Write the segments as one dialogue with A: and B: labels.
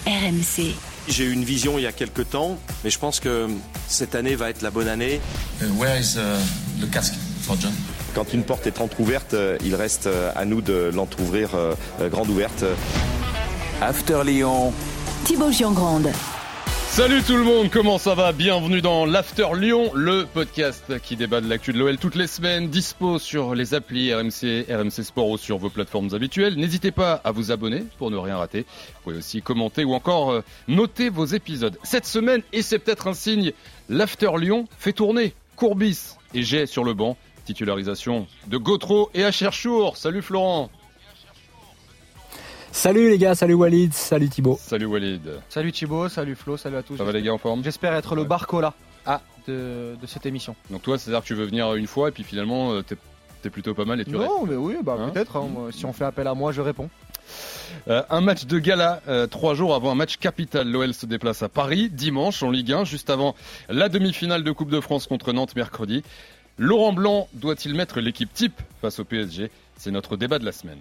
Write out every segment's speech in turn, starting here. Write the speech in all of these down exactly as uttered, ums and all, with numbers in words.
A: R M C.
B: J'ai eu une vision il y a quelques temps, mais je pense que cette année va être la bonne année.
C: Uh, where is uh, the casque for John?
D: Quand une porte est entrouverte, il reste à nous de l'entrouvrir euh, grande ouverte.
E: After Lyon,
A: Thibaut Giangrande.
F: Salut tout le monde, comment ça va? Bienvenue dans l'After Lyon, le podcast qui débat de l'actu de l'O L toutes les semaines, dispo sur les applis R M C, R M C Sport ou sur vos plateformes habituelles. N'hésitez pas à vous abonner pour ne rien rater. Vous pouvez aussi commenter ou encore euh, noter vos épisodes. Cette semaine, et c'est peut-être un signe, l'After Lyon fait tourner Courbis et Jay sur le banc. Titularisation de Gautreau et Acherchour. Salut Florent.
G: Salut les gars, salut Walid, salut Thibaut.
F: Salut Walid.
H: Salut Thibaut, salut Flo, salut à tous.
F: Ça va les gars en forme?
H: J'espère être le
F: ouais.
H: Barcola ah. de, de cette émission.
F: Donc toi, c'est-à-dire que tu veux venir une fois et puis finalement t'es, t'es plutôt pas mal et tu restes.
H: Non mais oui, bah hein peut-être, hein,
F: mmh.
H: si on fait appel à moi, je réponds.
F: Euh, un match de gala, euh, trois jours avant un match capital. L'O L se déplace à Paris, dimanche en Ligue un, juste avant la demi-finale de Coupe de France contre Nantes mercredi. Laurent Blanc doit-il mettre l'équipe type face au P S G? C'est notre débat de la semaine.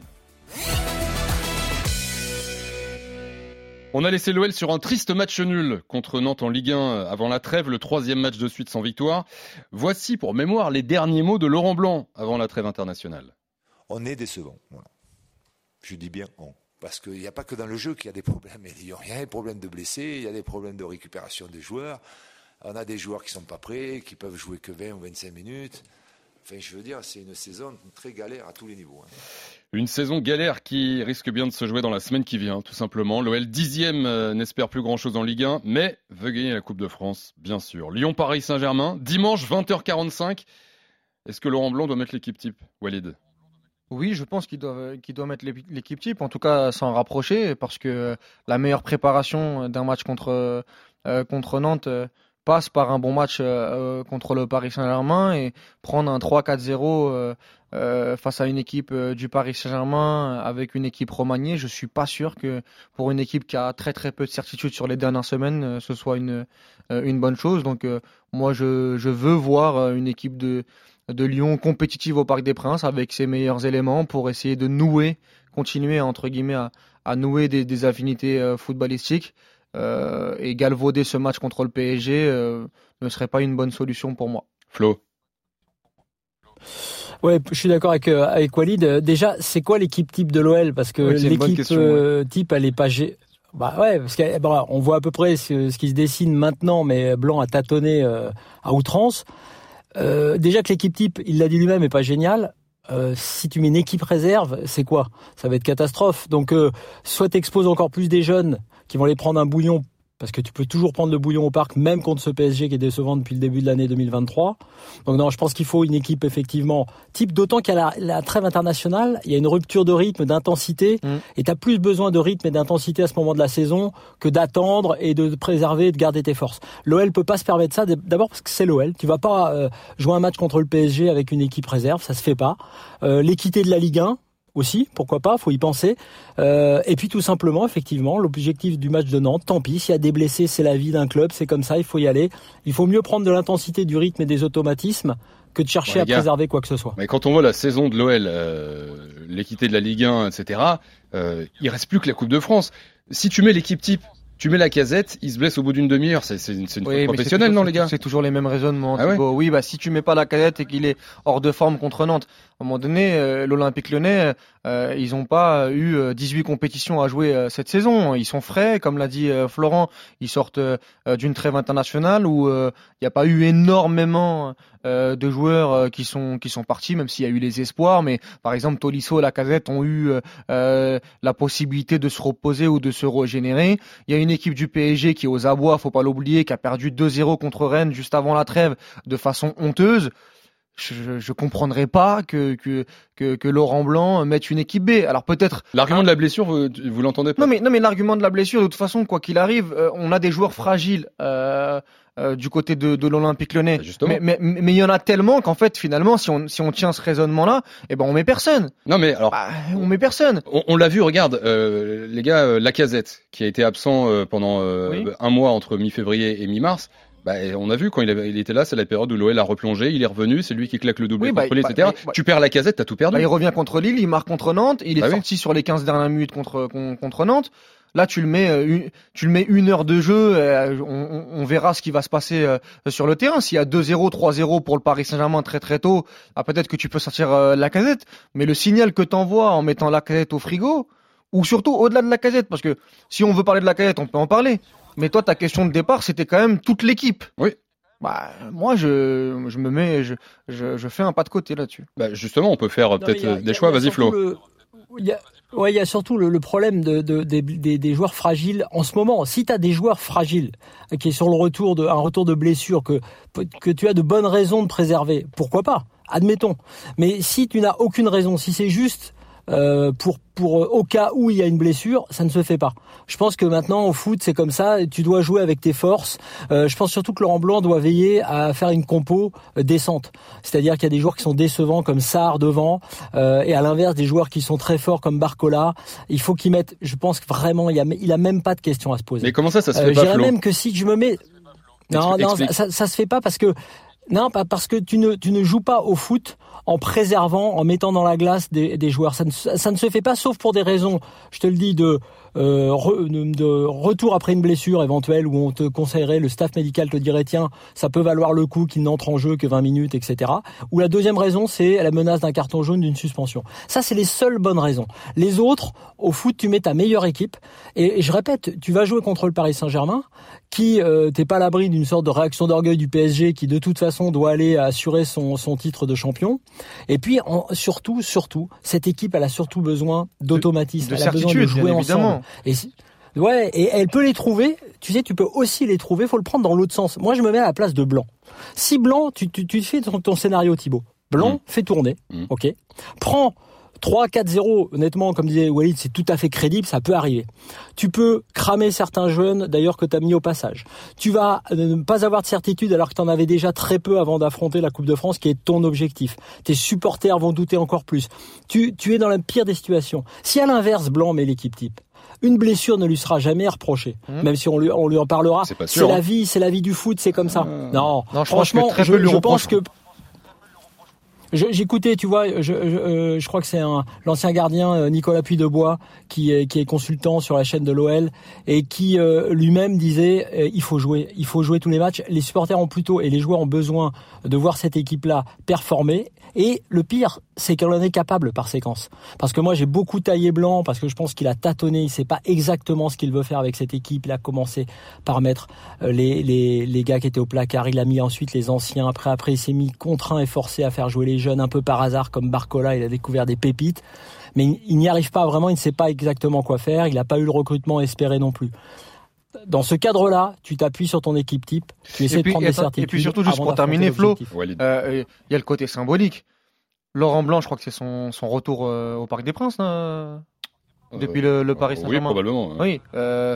F: On a laissé l'O L sur un triste match nul contre Nantes en Ligue un avant la trêve, le troisième match de suite sans victoire. Voici pour mémoire les derniers mots de Laurent Blanc avant la trêve internationale.
I: On est décevant. Voilà. Je dis bien on. Parce qu'il n'y a pas que dans le jeu qu'il y a des problèmes. Il y a des problèmes de blessés, il y a des problèmes de récupération des joueurs. On a des joueurs qui ne sont pas prêts, qui peuvent jouer que vingt ou vingt-cinq minutes. Enfin, je veux dire, c'est une saison très galère à tous les niveaux. Hein.
F: Une saison galère qui risque bien de se jouer dans la semaine qui vient, tout simplement. L'O L dixième euh, n'espère plus grand-chose en Ligue un, mais veut gagner la Coupe de France, bien sûr. Lyon-Paris Saint-Germain, dimanche vingt heures quarante-cinq. Est-ce que Laurent Blanc doit mettre l'équipe type, Walid?
H: Oui, je pense qu'il doit, qu'il doit mettre l'équipe type, en tout cas s'en rapprocher, parce que la meilleure préparation d'un match contre, euh, contre Nantes euh, passe par un bon match euh, contre le Paris Saint-Germain, et prendre un trois quatre zéro euh, euh, face à une équipe euh, du Paris Saint-Germain avec une équipe remaniée, je suis pas sûr que pour une équipe qui a très très peu de certitude sur les dernières semaines, euh, ce soit une, euh, une bonne chose. Donc euh, moi je, je veux voir une équipe de de Lyon compétitive au Parc des Princes avec ses meilleurs éléments pour essayer de nouer, continuer entre guillemets à, à nouer des, des affinités euh, footballistiques euh, et galvauder ce match contre le P S G euh, ne serait pas une bonne solution pour moi.
F: Flo.
G: Ouais, je suis d'accord avec euh, avec Walid. Déjà, c'est quoi l'équipe type de l'O L? Parce que
H: oui,
G: l'équipe
H: question,
G: euh,
H: ouais.
G: type, elle est pas gé... Bah ouais, parce que bon, on voit à peu près ce, ce qui se dessine maintenant, mais Blanc a tâtonné euh, à outrance. Euh, déjà que l'équipe type, il l'a dit lui-même, est pas géniale. Euh, si tu mets une équipe réserve, c'est quoi? Ça va être catastrophe. Donc, euh, soit t'exposes encore plus des jeunes qui vont les prendre un bouillon, parce que tu peux toujours prendre le bouillon au parc, même contre ce P S G qui est décevant depuis le début de l'année deux mille vingt-trois. Donc non, je pense qu'il faut une équipe effectivement type, d'autant qu'à la, la trêve internationale, il y a une rupture de rythme, d'intensité, mmh. et tu as plus besoin de rythme et d'intensité à ce moment de la saison que d'attendre et de préserver et de garder tes forces. L'O L peut pas se permettre ça, d'abord parce que c'est l'O L. Tu vas pas euh, jouer un match contre le P S G avec une équipe réserve, ça se fait pas. Euh, l'équité de la Ligue un, aussi, pourquoi pas, faut y penser. Euh, et puis tout simplement, effectivement, l'objectif du match de Nantes, tant pis, s'il y a des blessés, c'est la vie d'un club, c'est comme ça, il faut y aller. Il faut mieux prendre de l'intensité, du rythme et des automatismes que de chercher ouais, à gars, préserver quoi que ce soit.
F: Mais quand on voit la saison de l'O L, euh, l'équité de la Ligue un, et cetera, euh, il reste plus que la Coupe de France. Si tu mets l'équipe type, tu mets Lacazette, il se blesse au bout d'une demi-heure, c'est, c'est, c'est une
H: oui,
F: faute professionnelle,
H: toujours,
F: non les gars?
H: C'est toujours les mêmes raisonnements.
F: Ah ouais
H: oui, bah si tu mets pas Lacazette et qu'il est hors de forme contre Nantes, à un moment donné, euh, l'Olympique Lyonnais, euh, ils ont pas eu euh, dix-huit compétitions à jouer euh, cette saison. Ils sont frais, comme l'a dit euh, Florent, ils sortent euh, d'une trêve internationale où il euh, n'y a pas eu énormément euh, de joueurs euh, qui sont qui sont partis, même s'il y a eu les espoirs. Mais par exemple, Tolisso et Lacazette ont eu euh, la possibilité de se reposer ou de se régénérer. Il y a une équipe du P S G qui est aux abois, faut pas l'oublier, qui a perdu deux zéro contre Rennes juste avant la trêve de façon honteuse. Je, je comprendrais pas que, que que que Laurent Blanc mette une équipe B. Alors peut-être
F: l'argument
H: hein,
F: de la blessure, vous, vous l'entendez pas?
H: Non mais non mais l'argument de la blessure, de toute façon, quoi qu'il arrive, euh, on a des joueurs fragiles euh, euh, du côté de, de l'Olympique Lyonnais.
F: Justement.
H: Mais mais mais il y en a tellement qu'en fait finalement, si on si on tient ce raisonnement-là, eh ben on met personne.
F: Non mais alors,
H: bah, on met personne.
F: On, on l'a vu, regarde, euh, les gars, euh, Lacazette qui a été absent euh, pendant euh, oui. un mois entre mi-février et mi-mars. Bah, on a vu quand il, avait, il était là, c'est la période où l'O L a replongé, il est revenu, c'est lui qui claque le doublé
H: oui,
F: contre
H: bah,
F: Lille,
H: bah,
F: et cetera.
H: Bah,
F: tu perds la Casette, t'as tout perdu.
H: Bah, il revient contre Lille, il marque contre Nantes, il est
F: bah,
H: sorti
F: oui.
H: sur les quinze dernières minutes contre, contre Nantes. Là, tu le mets, une, tu le mets une heure de jeu, euh, on, on verra ce qui va se passer euh, sur le terrain. S'il y a deux zéro, trois zéro pour le Paris Saint-Germain très très tôt, ah, peut-être que tu peux sortir euh, la Casette. Mais le signal que t'envoies en mettant la Casette au frigo, ou surtout au-delà de la Casette, parce que si on veut parler de la Casette, on peut en parler. Mais toi, ta question de départ, c'était quand même toute l'équipe.
F: Oui.
H: Bah, moi, je, je me mets, je, je, je fais un pas de côté là-dessus.
F: Bah, justement, on peut faire
G: Non,
F: peut-être
G: a,
F: des
G: a,
F: choix. Vas-y, Flo.
G: Le... Il y a, ouais, il y a surtout le, le problème de, de, de, des, des joueurs fragiles en ce moment. Si tu as des joueurs fragiles qui est sur le retour de, un retour de blessure que, que tu as de bonnes raisons de préserver, pourquoi pas? Admettons. Mais si tu n'as aucune raison, si c'est juste euh, pour pour au cas où il y a une blessure, ça ne se fait pas. Je pense que maintenant au foot c'est comme ça, tu dois jouer avec tes forces. Euh, je pense surtout que Laurent Blanc doit veiller à faire une compo euh, décente. C'est-à-dire qu'il y a des joueurs qui sont décevants comme Sarr devant, euh, et à l'inverse des joueurs qui sont très forts comme Barcola. Il faut qu'ils mettent. Je pense que vraiment il y a il a même pas de question à se poser.
F: Mais comment ça, ça se fait
G: euh,
F: pas,
G: Je dirais
F: Flo
G: même que si je me mets, non,
F: Expl-
G: non,
F: explique.
G: ça, ça se fait pas parce que. Non, pas parce que tu ne tu ne joues pas au foot en préservant, en mettant dans la glace des, des joueurs. Ça ne ça ne se fait pas, sauf pour des raisons, je te le dis, de euh, re, de, de retour après une blessure éventuelle où on te conseillerait, le staff médical te dirait tiens, ça peut valoir le coup qu'il n'entre en jeu que vingt minutes, et cetera. Ou la deuxième raison, c'est la menace d'un carton jaune, d'une suspension. Ça, c'est les seules bonnes raisons. Les autres, au foot, tu mets ta meilleure équipe. Et, et je répète, tu vas jouer contre le Paris Saint-Germain, qui euh, t'es pas à l'abri d'une sorte de réaction d'orgueil du P S G, qui de toute façon doit aller assurer son, son titre de champion. Et puis en, surtout, surtout, cette équipe, elle a surtout besoin d'automatisme,
H: de
G: elle a besoin de jouer ensemble. Et si, ouais, et elle peut les trouver. Tu sais, tu peux aussi les trouver. Faut le prendre dans l'autre sens. Moi, je me mets à la place de Blanc. Si Blanc, tu tu, tu fais ton, ton scénario, Thibaut. Blanc mmh. fait tourner. Mmh. Ok. Prends trois quatre zéro, honnêtement, comme disait Walid, c'est tout à fait crédible, ça peut arriver. Tu peux cramer certains jeunes, d'ailleurs, que tu as mis au passage. Tu vas ne pas avoir de certitude alors que tu en avais déjà très peu avant d'affronter la Coupe de France, qui est ton objectif. Tes supporters vont douter encore plus. Tu, tu es dans la pire des situations. Si à l'inverse, Blanc met l'équipe type, une blessure ne lui sera jamais reprochée, mmh. même si on lui, on lui en parlera.
F: C'est, pas sûr,
G: c'est
F: hein.
G: la vie, c'est la vie du foot, c'est comme ça. Mmh. Non,
H: non je
G: franchement,
H: pense que très
G: je,
H: peu lui
G: je pense que... Je, j'écoutais, tu vois, je, je, euh, je crois que c'est un, l'ancien gardien euh, Nicolas Puydebois qui est, qui est consultant sur la chaîne de l'O L et qui euh, lui-même disait euh, il faut jouer, il faut jouer tous les matchs. Les supporters ont plutôt et les joueurs ont besoin de voir cette équipe-là performer. Et le pire, c'est qu'elle en est capable par séquence. Parce que moi, j'ai beaucoup taillé Blanc parce que je pense qu'il a tâtonné, il sait pas exactement ce qu'il veut faire avec cette équipe. Il a commencé par mettre euh, les, les, les gars qui étaient au placard. Il a mis ensuite les anciens. Après, après, il s'est mis contraint et forcé à faire jouer les jeunes un peu par hasard comme Barcola. Il a découvert des pépites. Mais il n'y arrive pas vraiment. Il ne sait pas exactement quoi faire. Il n'a pas eu le recrutement espéré non plus. Dans ce cadre-là, tu t'appuies sur ton équipe type, tu essaies
H: puis,
G: de prendre
H: et
G: des certitudes.
H: Et puis surtout, juste pour terminer, Flo, il
F: ouais,
H: euh, y a le côté symbolique. Laurent Blanc, je crois que c'est son, son retour euh, au Parc des Princes, là, depuis euh, le, le Paris Saint-Germain.
F: Oui, probablement. Hein.
H: Oui, euh,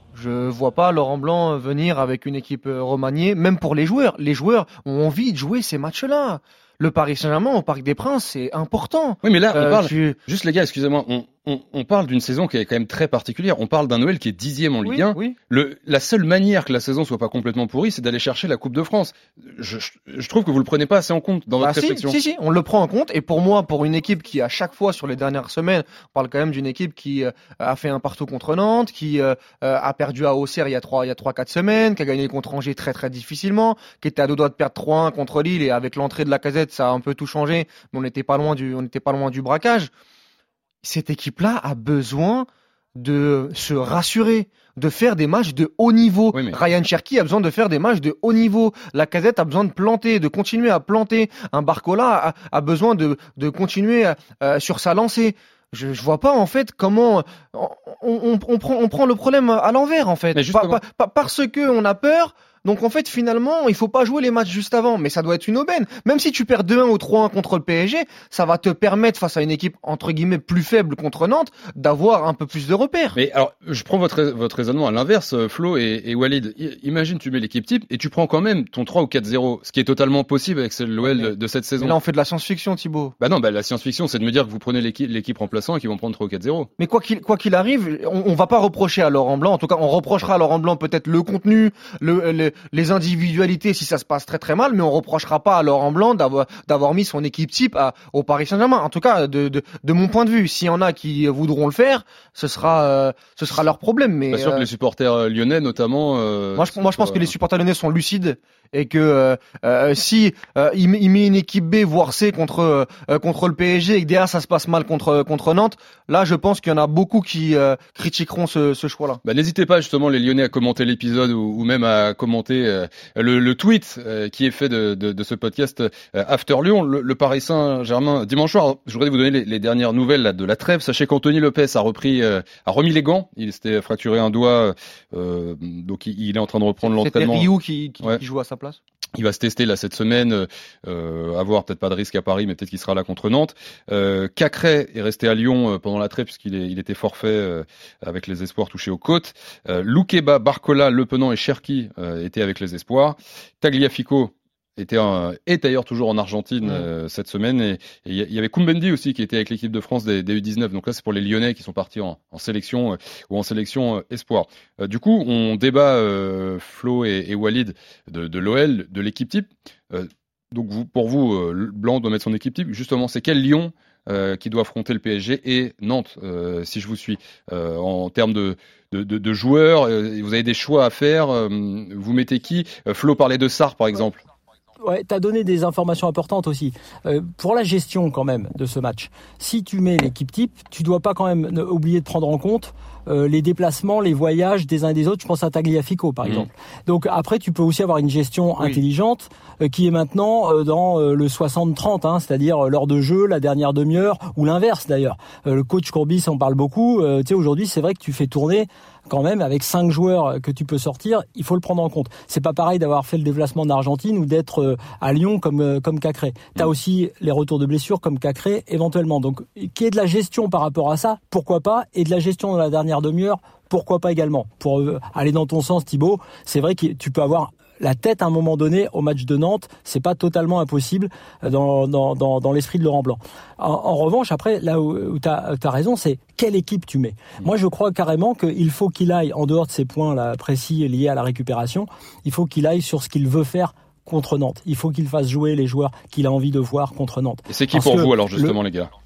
H: je vois pas Laurent Blanc venir avec une équipe remaniée, même pour les joueurs. Les joueurs ont envie de jouer ces matchs-là. Le Paris Saint-Germain au Parc des Princes, c'est important.
F: Oui, mais là, on
H: euh,
F: parle.
H: tu...
F: Juste les gars, excusez-moi, on, on, on parle d'une saison qui est quand même très particulière. On parle d'un Noël qui est dixième en Ligue
H: oui,
F: un.
H: Oui.
F: Le, la seule manière que la saison soit pas complètement pourrie, c'est d'aller chercher la Coupe de France. Je, je, je trouve que vous le prenez pas assez en compte dans
H: bah
F: votre
H: si,
F: réflexion.
H: Si, si, on le prend en compte. Et pour moi, pour une équipe qui, à chaque fois sur les dernières semaines, on parle quand même d'une équipe qui euh, a fait un partout contre Nantes, qui euh, a perdu à Auxerre il y a trois, il y a trois, quatre semaines, qui a gagné contre Angers très, très difficilement, qui était à deux doigts de perdre trois un contre Lille et avec l'entrée de Lacazette, ça a un peu tout changé. Mais on n'était pas loin du, on n'était pas loin du braquage. Cette équipe-là a besoin de se rassurer, de faire des matchs de haut niveau.
F: Oui, mais...
H: Ryan Cherki a besoin de faire des matchs de haut niveau. Lacazette a besoin de planter, de continuer à planter. Un Barcola a, a besoin de, de continuer euh, sur sa lancée. Je, je vois pas en fait comment on, on, on, prend, on prend le problème à l'envers en fait.
F: Mais justement...
H: pa, pa, pa, parce que on a peur. Donc en fait finalement il faut pas jouer les matchs juste avant, mais ça doit être une aubaine. Même si tu perds deux un ou trois un contre le P S G, ça va te permettre face à une équipe entre guillemets plus faible contre Nantes d'avoir un peu plus de repères.
F: Mais alors je prends votre votre raisonnement à l'inverse, Flo et, et Walid. Imagine tu mets l'équipe type et tu prends quand même ton trois ou quatre zéro, ce qui est totalement possible avec l'O L de, de cette saison.
H: Mais là on fait de la science-fiction, Thibaut.
F: Bah non, bah la science-fiction c'est de me dire que vous prenez l'équipe, l'équipe remplaçant et qu'ils vont prendre trois ou quatre zéro.
H: Mais quoi qu'il quoi qu'il arrive, on, on va pas reprocher à Laurent Blanc. En tout cas, on reprochera à Laurent Blanc peut-être le contenu, le, le les individualités si ça se passe très très mal, mais on reprochera pas à Laurent Blanc d'avoir d'avoir mis son équipe type à, au Paris Saint-Germain. En tout cas, de de, de mon point de vue, s'il y en a qui voudront le faire, ce sera euh, ce sera leur problème. Mais
F: pas sûr euh, que les supporters lyonnais, notamment. Euh,
H: moi, je, moi, je pense euh... que les supporters lyonnais sont lucides et que euh, euh, si euh, il, il met une équipe B voire C contre euh, contre le P S G et que derrière ça se passe mal contre contre Nantes, là, je pense qu'il y en a beaucoup qui euh, critiqueront ce, ce choix-là.
F: Bah, n'hésitez pas justement les Lyonnais à commenter l'épisode ou, ou même à commenter euh, le, le tweet euh, qui est fait de, de, de ce podcast euh, After Lyon, le, le Paris Saint-Germain dimanche soir. Je voudrais vous donner les, les dernières nouvelles là, de la trêve. Sachez qu'Anthony Lopez a repris, euh, a remis les gants. Il s'était fracturé un doigt, euh, donc il, il est en train de reprendre l'entraînement.
H: C'était Ryu qui, qui,
F: ouais.
H: qui joue à sa place.
F: Il va se tester là cette semaine, euh, avoir peut-être pas de risque à Paris, mais peut-être qu'il sera là contre Nantes. Euh, Cacré est resté à Lyon euh, pendant la trêve puisqu'il est, il était forfait euh, avec les espoirs touchés aux côtes. Euh, Loukeba, Barcola, Le Penant et Cherki euh, étaient avec les espoirs. Tagliafico était un, est d'ailleurs toujours en Argentine euh, cette semaine et il y avait Koumbendi aussi qui était avec l'équipe de France des, des U dix-neuf. Donc là c'est pour les Lyonnais qui sont partis en, en sélection euh, ou en sélection euh, espoir. Euh, du coup on débat euh, Flo et, et Walid de, de l'O L, de l'équipe type. Euh, donc vous, pour vous, euh, Blanc doit mettre son équipe type. Justement, c'est quel Lyon euh, qui doit affronter le P S G et Nantes, euh, si je vous suis, euh, en termes de De, de, de joueurs, euh, vous avez des choix à faire. Euh, vous mettez qui? euh, Flo parlait de Sarr par exemple.
G: Ouais, t'as donné des informations importantes aussi. Euh, pour la gestion quand même de ce match, si tu mets l'équipe type, tu dois pas quand même oublier de prendre en compte euh, les déplacements, les voyages des uns et des autres. Je pense à Tagliafico par mmh. exemple. Donc après, tu peux aussi avoir une gestion oui. intelligente euh, qui est maintenant euh, dans euh, le soixante trente, hein, c'est-à-dire euh, l'heure de jeu, la dernière demi-heure ou l'inverse d'ailleurs. Euh, le coach Courbis en parle beaucoup. Euh, tu sais, aujourd'hui, c'est vrai que tu fais tourner quand même avec cinq joueurs que tu peux sortir, il faut le prendre en compte. C'est pas pareil d'avoir fait le déplacement d'Argentine ou d'être à Lyon comme comme Cacré. T'as mmh. aussi les retours de blessures comme Cacré éventuellement. Donc qu'il y ait de la gestion par rapport à ça, pourquoi pas, et de la gestion dans la dernière demi-heure, pourquoi pas également. Pour aller dans ton sens, Thibaut, c'est vrai que tu peux avoir la tête à un moment donné au match de Nantes, c'est pas totalement impossible dans dans dans, dans l'esprit de Laurent Blanc. En, en revanche, après là où, où t'as t'as raison, c'est quelle équipe tu mets. Mmh. Moi, je crois carrément qu'il faut qu'il aille en dehors de ces points là précis liés à la récupération, il faut qu'il aille sur ce qu'il veut faire contre Nantes. Il faut qu'il fasse jouer les joueurs qu'il a envie de voir contre Nantes.
F: Et c'est qui Parce pour vous alors justement le... les gars?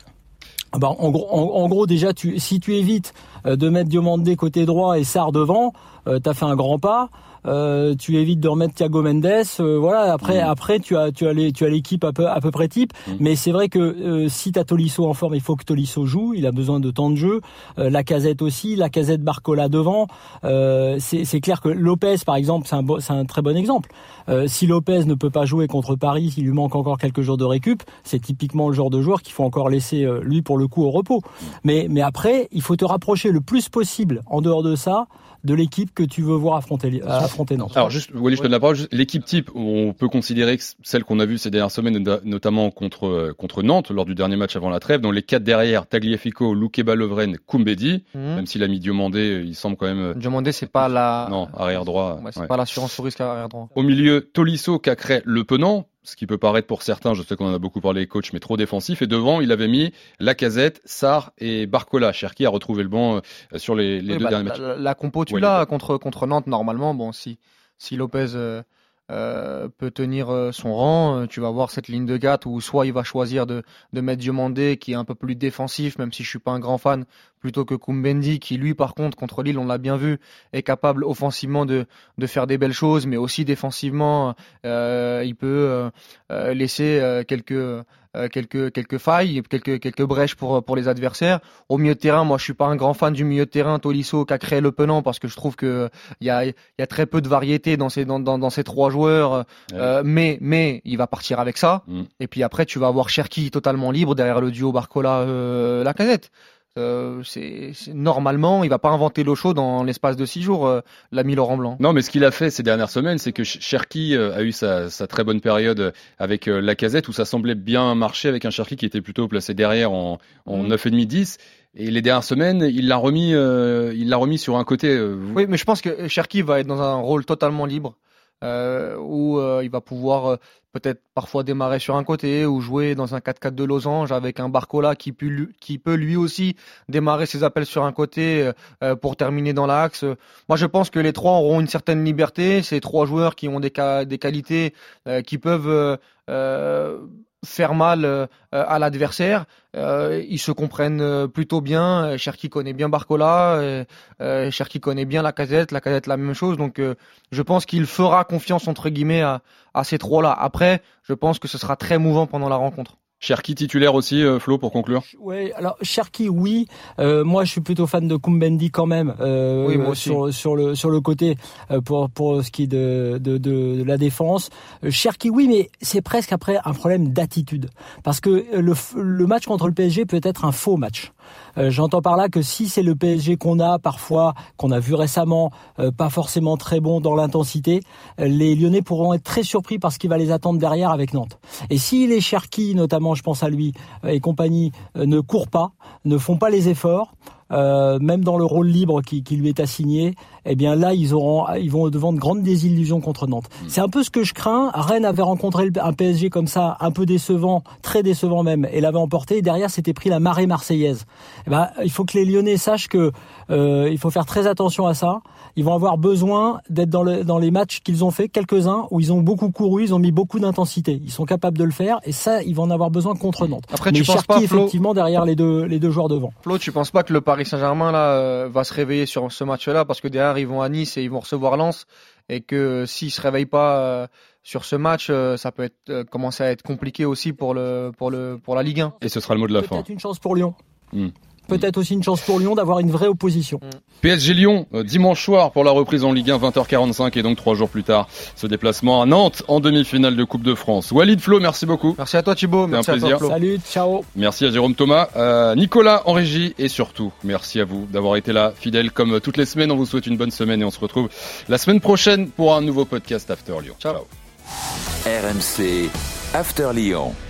G: Ben, en gros, en, en gros, déjà, tu, si tu évites de mettre Diomandé côté droit et Sarr devant, euh, t'as fait un grand pas. Euh, tu évites de remettre Thiago Mendes. Euh, voilà. Après, mmh. après, tu as, tu as les, tu as l'équipe à peu, à peu près type. Mmh. Mais c'est vrai que euh, si t'as Tolisso en forme, il faut que Tolisso joue. Il a besoin de temps de jeu. Euh, Lacazette aussi. Lacazette, Barcola devant. Euh, c'est, c'est clair que Lopez, par exemple, c'est un, bo- c'est un très bon exemple. Euh, si Lopez ne peut pas jouer contre Paris, il lui manque encore quelques jours de récup. C'est typiquement le genre de joueur qu'il faut encore laisser euh, lui pour le coup au repos. Mais, mais après, il faut te rapprocher le plus possible en dehors de ça de l'équipe que tu veux voir affronter, affronter Nantes.
F: Alors juste, Wally, je te donne la parole. L'équipe type, on peut considérer que celle qu'on a vue ces dernières semaines, notamment contre contre Nantes lors du dernier match avant la trêve, dans les quatre derrière, Tagliafico, Loukeba, Lovren, Koumbendi, mmh. même s'il a mis Diomandé, il semble quand même.
H: Diomandé, c'est pas la.
F: Non, arrière droit.
H: Ouais, c'est
F: ouais.
H: pas l'assurance au risque arrière droit.
F: Au milieu, Tolisso, Cacré, Le Penant. Ce qui peut paraître pour certains, je sais qu'on en a beaucoup parlé les coachs, mais trop défensif. Et devant, il avait mis Lacazette, Sarr et Barcola. Cherki a retrouvé le banc euh, sur les, les
H: oui,
F: deux
H: bah,
F: derniers matchs.
H: La, la compo, tu ouais, l'as contre, contre Nantes, normalement. Bon, si, si Lopez euh, euh, peut tenir euh, son rang, euh, tu vas voir cette ligne de quatre où soit il va choisir de, de mettre Diomandé, qui est un peu plus défensif, même si je suis pas un grand fan, plutôt que Koumbendi, qui lui, par contre, contre Lille, on l'a bien vu, est capable offensivement de, de faire des belles choses, mais aussi défensivement, euh, il peut euh, laisser euh, quelques, euh, quelques, quelques failles, quelques, quelques brèches pour, pour les adversaires. Au milieu de terrain, moi, je suis pas un grand fan du milieu de terrain, Tolisso, Cacré, Le Penant, parce que je trouve que il y a, il y a très peu de variété dans ces, dans, dans, dans ces trois joueurs, ouais. euh, mais, mais il va partir avec ça. Mm. Et puis après, tu vas avoir Cherki totalement libre derrière le duo Barcola, euh, Lacazette. Euh, c'est, c'est normalement, il va pas inventer l'eau chaude dans l'espace de six jours, euh, l'ami Laurent Blanc.
F: Non, mais ce qu'il a fait ces dernières semaines, c'est que Cherki euh, a eu sa, sa très bonne période avec euh, Lacazette où ça semblait bien marcher avec un Cherki qui était plutôt placé derrière en, en mmh. neuf virgule cinq dix. Et les dernières semaines, il l'a remis, euh, il l'a remis sur un côté. Euh, vous...
H: Oui, mais je pense que Cherki va être dans un rôle totalement libre. Euh, où euh, il va pouvoir euh, peut-être parfois démarrer sur un côté ou jouer dans un quatre quatre de losange avec un Barcola qui peut, qui peut lui aussi démarrer ses appels sur un côté euh, pour terminer dans l'axe. Moi, je pense que les trois auront une certaine liberté. C'est trois joueurs qui ont des, ca- des qualités euh, qui peuvent euh, euh, faire mal euh, à l'adversaire. Euh, ils se comprennent euh, plutôt bien. Cherki connaît bien Barcola, euh, euh, Cherki connaît bien Lacazette, Lacazette la même chose. Donc euh, je pense qu'il fera confiance entre guillemets à, à ces trois-là. Après, je pense que ce sera très mouvant pendant la rencontre.
F: Cherki titulaire aussi, euh, Flo, pour conclure.
G: Oui, alors Cherki, oui. Euh, moi, je suis plutôt fan de Koumbendi quand même. Euh,
H: oui, moi aussi.
G: Sur, sur le sur le côté euh, pour pour ce qui est de de, de, de la défense. Euh, Cherki, oui, mais c'est presque après un problème d'attitude, parce que le le match contre le P S G peut être un faux match. Euh, j'entends par là que si c'est le P S G qu'on a parfois, qu'on a vu récemment, euh, pas forcément très bon dans l'intensité, euh, les Lyonnais pourront être très surpris par ce qui va les attendre derrière avec Nantes. Et si les Cherki, notamment, je pense à lui euh, et compagnie, euh, ne courent pas, ne font pas les efforts, euh, même dans le rôle libre qui, qui lui est assigné, eh bien là ils auront, ils vont devant de grandes désillusions contre Nantes. Mmh. C'est un peu ce que je crains. Rennes avait rencontré un P S G comme ça, un peu décevant, très décevant même, et l'avait emporté. Et derrière, s'était pris la marée marseillaise. Eh ben, il faut que les Lyonnais sachent que euh, il faut faire très attention à ça. Ils vont avoir besoin d'être dans, le, dans les matchs qu'ils ont fait, quelques-uns où ils ont beaucoup couru, ils ont mis beaucoup d'intensité. Ils sont capables de le faire, et ça, ils vont en avoir besoin contre Nantes.
H: Après,
G: mais
H: tu
G: Cherki,
H: penses pas, Flo,
G: effectivement, derrière les deux, les deux joueurs devant.
H: Flo, tu penses pas que le Paris Saint-Germain là euh, va se réveiller sur ce match-là, parce que derrière ils vont à Nice et ils vont recevoir Lens, et que euh, s'ils se réveillent pas euh, sur ce match, euh, ça peut être euh, commencer à être compliqué aussi pour le pour le pour la Ligue un.
F: Et ce sera le mot de la
G: Peut-être
F: fin.
G: Peut-être une chance pour Lyon.
F: Mmh.
G: Peut-être aussi une chance pour Lyon d'avoir une vraie opposition.
F: P S G Lyon, euh, dimanche soir pour la reprise en Ligue un, vingt heures quarante-cinq, et donc trois jours plus tard, ce déplacement à Nantes en demi-finale de Coupe de France. Walid, Flo, merci beaucoup.
H: Merci à toi Thibaut, merci
F: un plaisir.
H: à toi Flo.
G: Salut, ciao.
F: Merci à Jérôme Thomas, euh, Nicolas en régie, et surtout, merci à vous d'avoir été là, fidèles comme toutes les semaines. On vous souhaite une bonne semaine et on se retrouve la semaine prochaine pour un nouveau podcast After Lyon.
H: Ciao.
F: Ciao.
E: R M C After Lyon.